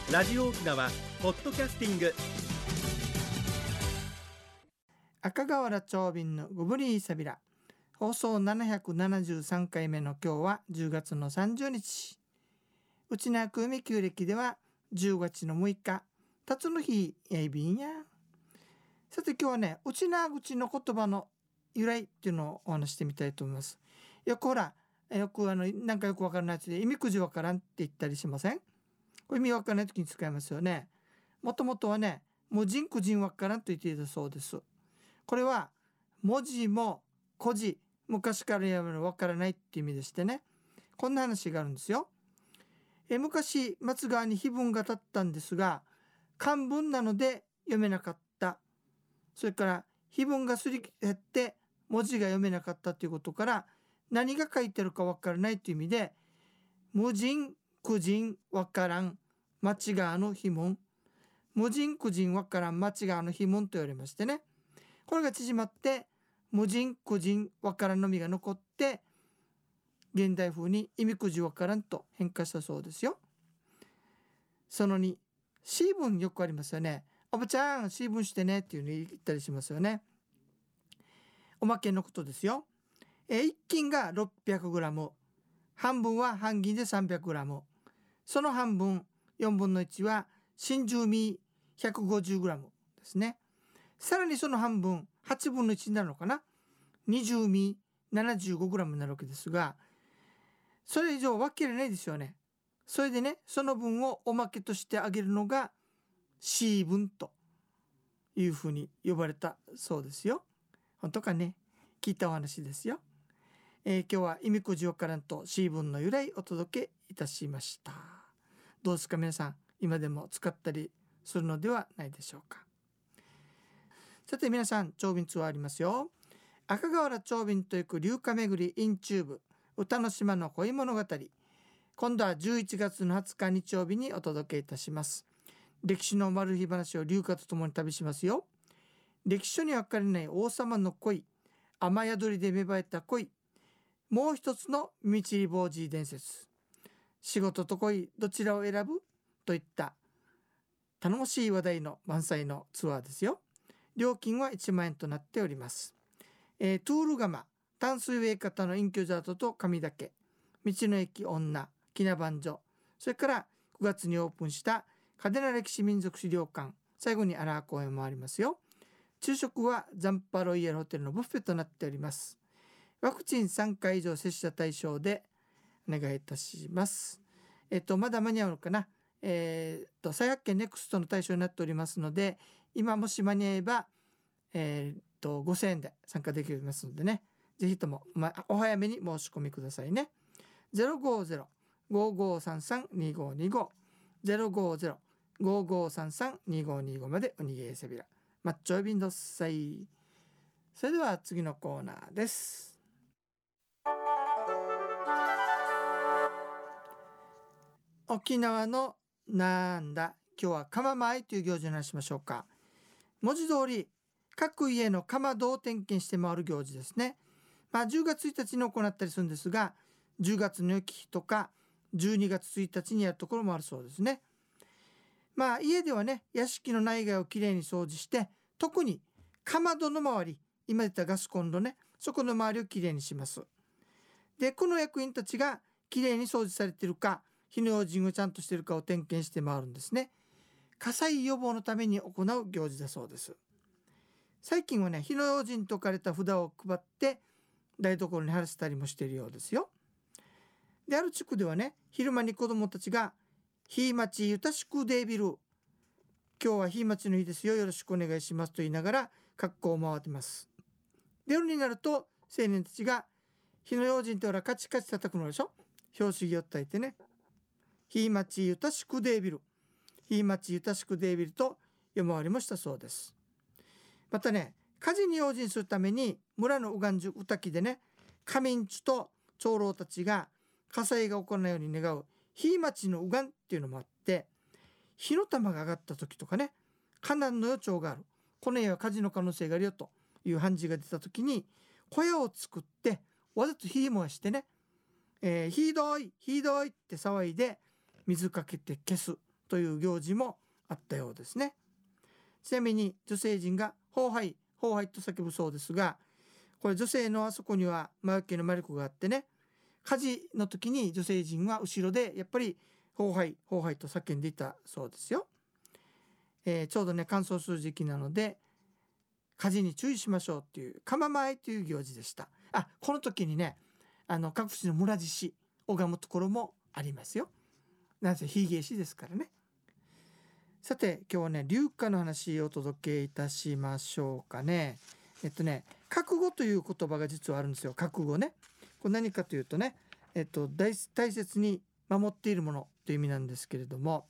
ラジオ沖縄ポッドキャスティング。 赤瓦長瓶のゴブリーサビラ、放送773回目の今日は10月の30日、うちなく海旧暦では10月の6日辰の日やいびんや。さて今日はね、うちな口の言葉の由来っていうのをお話してみたいと思います。よくほら、なんかよくわからないやつで意味くじわからんって言ったりしません？これ意味わからない時に使いますよね。もともとはね、もう人くじんわからんと言っていたそうです。これは文字も古字、昔からやるのわからないって意味でしてね、こんな話があるんですよ。昔松川に碑文が立ったんですが、漢文なので読めなかった。それから碑文がすり減って文字が読めなかったということから、何が書いてるかわからないという意味で、無人苦人わからん町川の碑文、無人苦人わからん町川の碑文と言われましてね、これが縮まって無人苦人わからんのみが残って、現代風に意味くじわからんと変化したそうですよ。その2、シーブンよくありますよね。おばちゃんシーブンしてねっていうのを言ったりしますよね。おまけのことですよ。1斤が 600g、 半分は半銀で 300g、 その半分4分の1は真珠味 150g ですね。さらにその半分8分の1になるのかな、20味 75g になるわけですが、それ以上分けれないですよね。それでね、その分をおまけとしてあげるのが C 分というふうに呼ばれたそうですよ。本当かね、聞いたお話ですよ。今日は意味くじわからんと C 分の由来お届けいたしました。どうですか皆さん、今でも使ったりするのではないでしょうか。さて皆さん、長瓶ツアーありますよ。赤瓦長瓶と行く流花巡り in チューブ歌の島の恋物語、今度は11月の20日日曜日にお届けいたします。歴史のマル秘話を流花とともに旅しますよ。歴史書には書かれない王様の恋、雨宿りで芽生えた恋、もう一つのみちりぼうじ伝説、仕事と恋どちらを選ぶといった頼もしい話題の満載のツアーですよ。料金は1万円となっております。トゥールガマ、淡水ウェイ方の隠居ジャートと上岳、道の駅女、きなばんじょ、それから9月にオープンした嘉手納歴史民族資料館、最後にアラー公園もありますよ。昼食はザンパロイヤルホテルのブッフェとなっております。ワクチン3回以上接種者対象でお願いいたします。まだ間に合うのかな。再発見ネクストの対象になっておりますので、今もし間に合えば、5000円で参加できますのでね、ぜひとも、お早めに申し込みくださいね。050-5533-2525 050-5533-2525までおにげせびらマッチョビンドッサイ。それでは次のコーナーです。沖縄のなんだ、今日は釜舞という行事に話しましょうか。文字通り各家のかまどを点検して回る行事ですね。10月1日に行ったりするんですが、10月の雪日とか12月1日にやるところもあるそうですね。家ではね、屋敷の内外をきれいに掃除して、特にかまどの周り、今言ったガスコンロね、そこの周りをきれいにします。で、この役員たちがきれいに掃除されているか、火の用心をちゃんとしているかを点検して回るんですね。火災予防のために行う行事だそうです。最近はね、火の用心と書かれた札を配って台所に貼らせたりもしているようですよ。で、ある地区ではね、昼間に子どもたちがひいまちゆたしくデービル、今日はひいまちの日ですよ、よろしくお願いしますと言いながら格好を回ってます。で、夜になると青年たちが火の用心とらカチカチ叩くのでしょ。拍子木を叩いてね、ひいまちゆたしくデービル、ひいまちゆたしくデービルと夜回りもしたそうです。またね、火事に用心するために村のうがんじゅうたきでね、家民地と長老たちが火災が起こらないように願うひいまちのうがんっていうのもあって、火の玉が上がった時とかね、火難の予兆がある、この家は火事の可能性があるよという判事が出た時に小屋を作ってわざと火燃やしてね、ひどいひどいって騒いで水かけて消すという行事もあったようですね。ちなみに女性陣がホーハイホーハイと叫ぶそうですが、これ女性のあそこには魔除けの魔力があってね、火事の時に女性陣は後ろでやっぱりホーハイホーハイと叫んでいたそうですよ。ちょうどね乾燥する時期なので火事に注意しましょうっていう釜前という行事でした。この時にね各地の村獅子拝むところもありますよ。なぜ非芸師ですからね。さて今日はね龍華の話をお届けいたしましょうかね。覚悟という言葉が実はあるんですよ。覚悟ね、これ何かというとね、大切に守っているものという意味なんですけれども、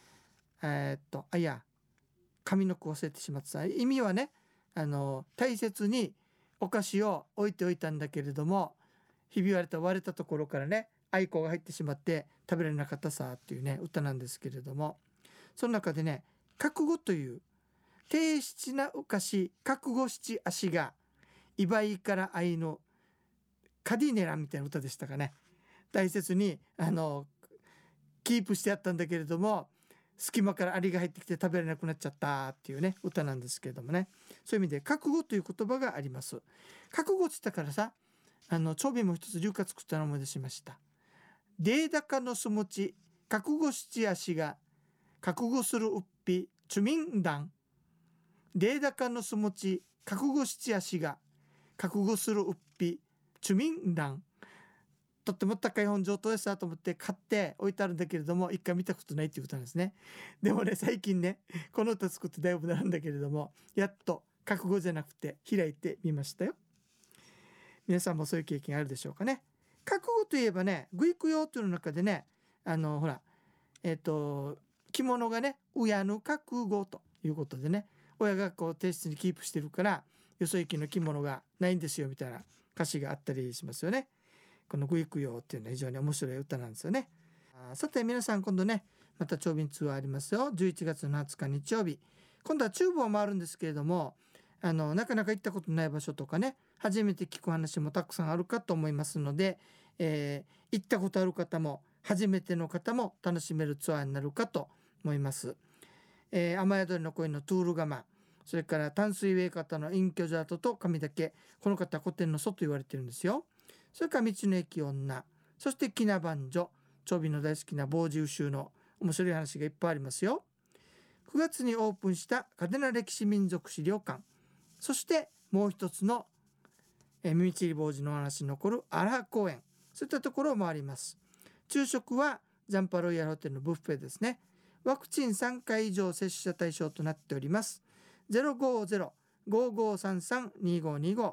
上の句忘れてしまった。意味はね大切にお菓子を置いておいたんだけれども、ひび割れたところからね愛子が入ってしまって食べられなかったさっていうね歌なんですけれども、その中でね覚悟という低七なお菓子覚悟七足がいばいから愛のカディネラみたいな歌でしたかね。大切にキープしてあったんだけれども隙間からアリが入ってきて食べれなくなっちゃったっていうね歌なんですけれどもね、そういう意味で覚悟という言葉があります。覚悟って言ったからさ長瓶も一つ龍華作ったのを思い出しました。デーダカのすもち覚悟七足が覚悟するうっぴチュミンダン、デーダカのすもち覚悟七足が覚悟するうっぴチュミンダン、とっても高い本上等でさと思って買って置いてあるんだけれども一回見たことないっていう歌なんですね。でもね最近ねこの歌作ってだいぶなんだけれどもやっと覚悟じゃなくて開いてみましたよ。皆さんもそういう経験あるでしょうかね。覚悟といえばねグイク用というの中でねほら着物がね親の覚悟ということでね、親がこう提出にキープしてるからよそ行きの着物がないんですよみたいな歌詞があったりしますよね。このグイク用っていうのは非常に面白い歌なんですよね。さて皆さん今度ねまた長瓶ツアーありますよ。11月の20日日曜日、今度は中部を回るんですけれどもなかなか行ったことない場所とかね初めて聞く話もたくさんあるかと思いますので、行ったことある方も初めての方も楽しめるツアーになるかと思います。雨宿りの恋のトゥールガマ、それから淡水ウェイ方の隠居ジャートと上岳、この方古典の祖と言われてるんですよ。それから道の駅女、そしてキナバンジョ、長瓶の大好きな傍受集の面白い話がいっぱいありますよ。9月にオープンした嘉手納歴史民族資料館、そしてもう一つの耳ちり坊主の話に残るアラハ公園、そういったところを回ります。昼食はジャンパロイヤルホテルのブッフェですね。ワクチン3回以上接種者対象となっております。050-5533-2525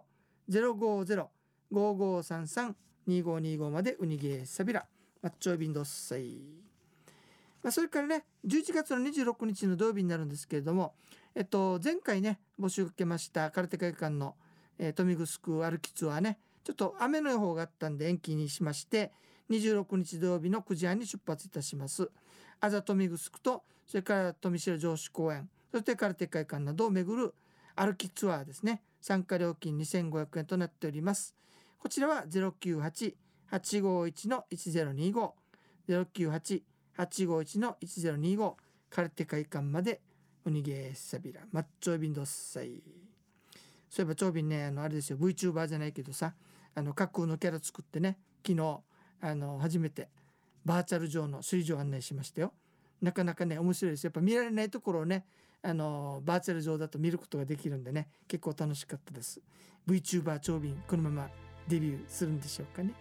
050-5533-2525までウニゲーサビラマッチョビンドッサイ。それからね11月の26日の土曜日になるんですけれども、前回ね募集を受けました空手会館の豊見城歩きツアーね、ちょっと雨の予報があったんで延期にしまして26日土曜日の9時半に出発いたします。あざ豊見城とそれから富城城址公園、そして空手会館などを巡る歩きツアーですね。参加料金2500円となっております。こちらは 098-851-1025 098-851-1025 空手会館までウニゲーサビラマッチョビンドッサイ。そういえば長瓶ねあれですよ VTuber じゃないけどさ架空のキャラ作ってね昨日初めてバーチャル上の水上案内しましたよ。なかなかね面白いです。やっぱ見られないところをねバーチャル上だと見ることができるんでね結構楽しかったです。 VTuber 長瓶このままデビューするんでしょうかね。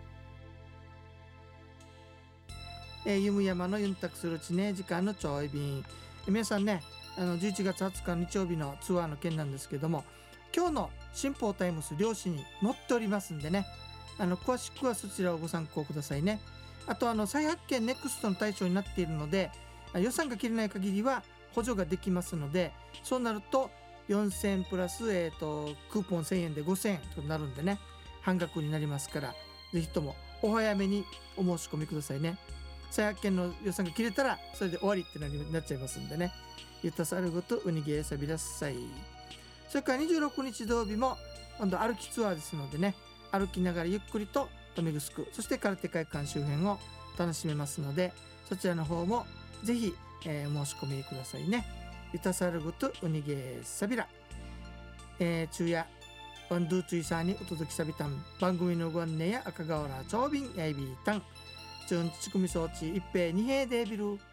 ゆむやまのユンタクするうちね時間のちょい便、皆さんね11月20日日曜日のツアーの件なんですけども、今日の新報タイムス漁師に載っておりますんでね詳しくはそちらをご参考くださいね。あと再発見ネクストの対象になっているので予算が切れない限りは補助ができますので、そうなると4000プラス、クーポン1000円で5000円となるんでね半額になりますから、ぜひともお早めにお申し込みくださいね。再発見の予算が切れたらそれで終わりってなっちゃいますんでね、ゆたさるごとウニゲーサビラッサイ。それから26日土曜日も今度歩きツアーですのでね、歩きながらゆっくりと豊見城そして空手会館周辺を楽しめますので、そちらの方もぜひ申し込みくださいね。ゆたさるぐとうにげさびら、昼夜ワンドゥーツイサーにお届けさびたん番組のご案内や赤瓦長瓶やいびーたんチュンチチクミ装置一平二平デービル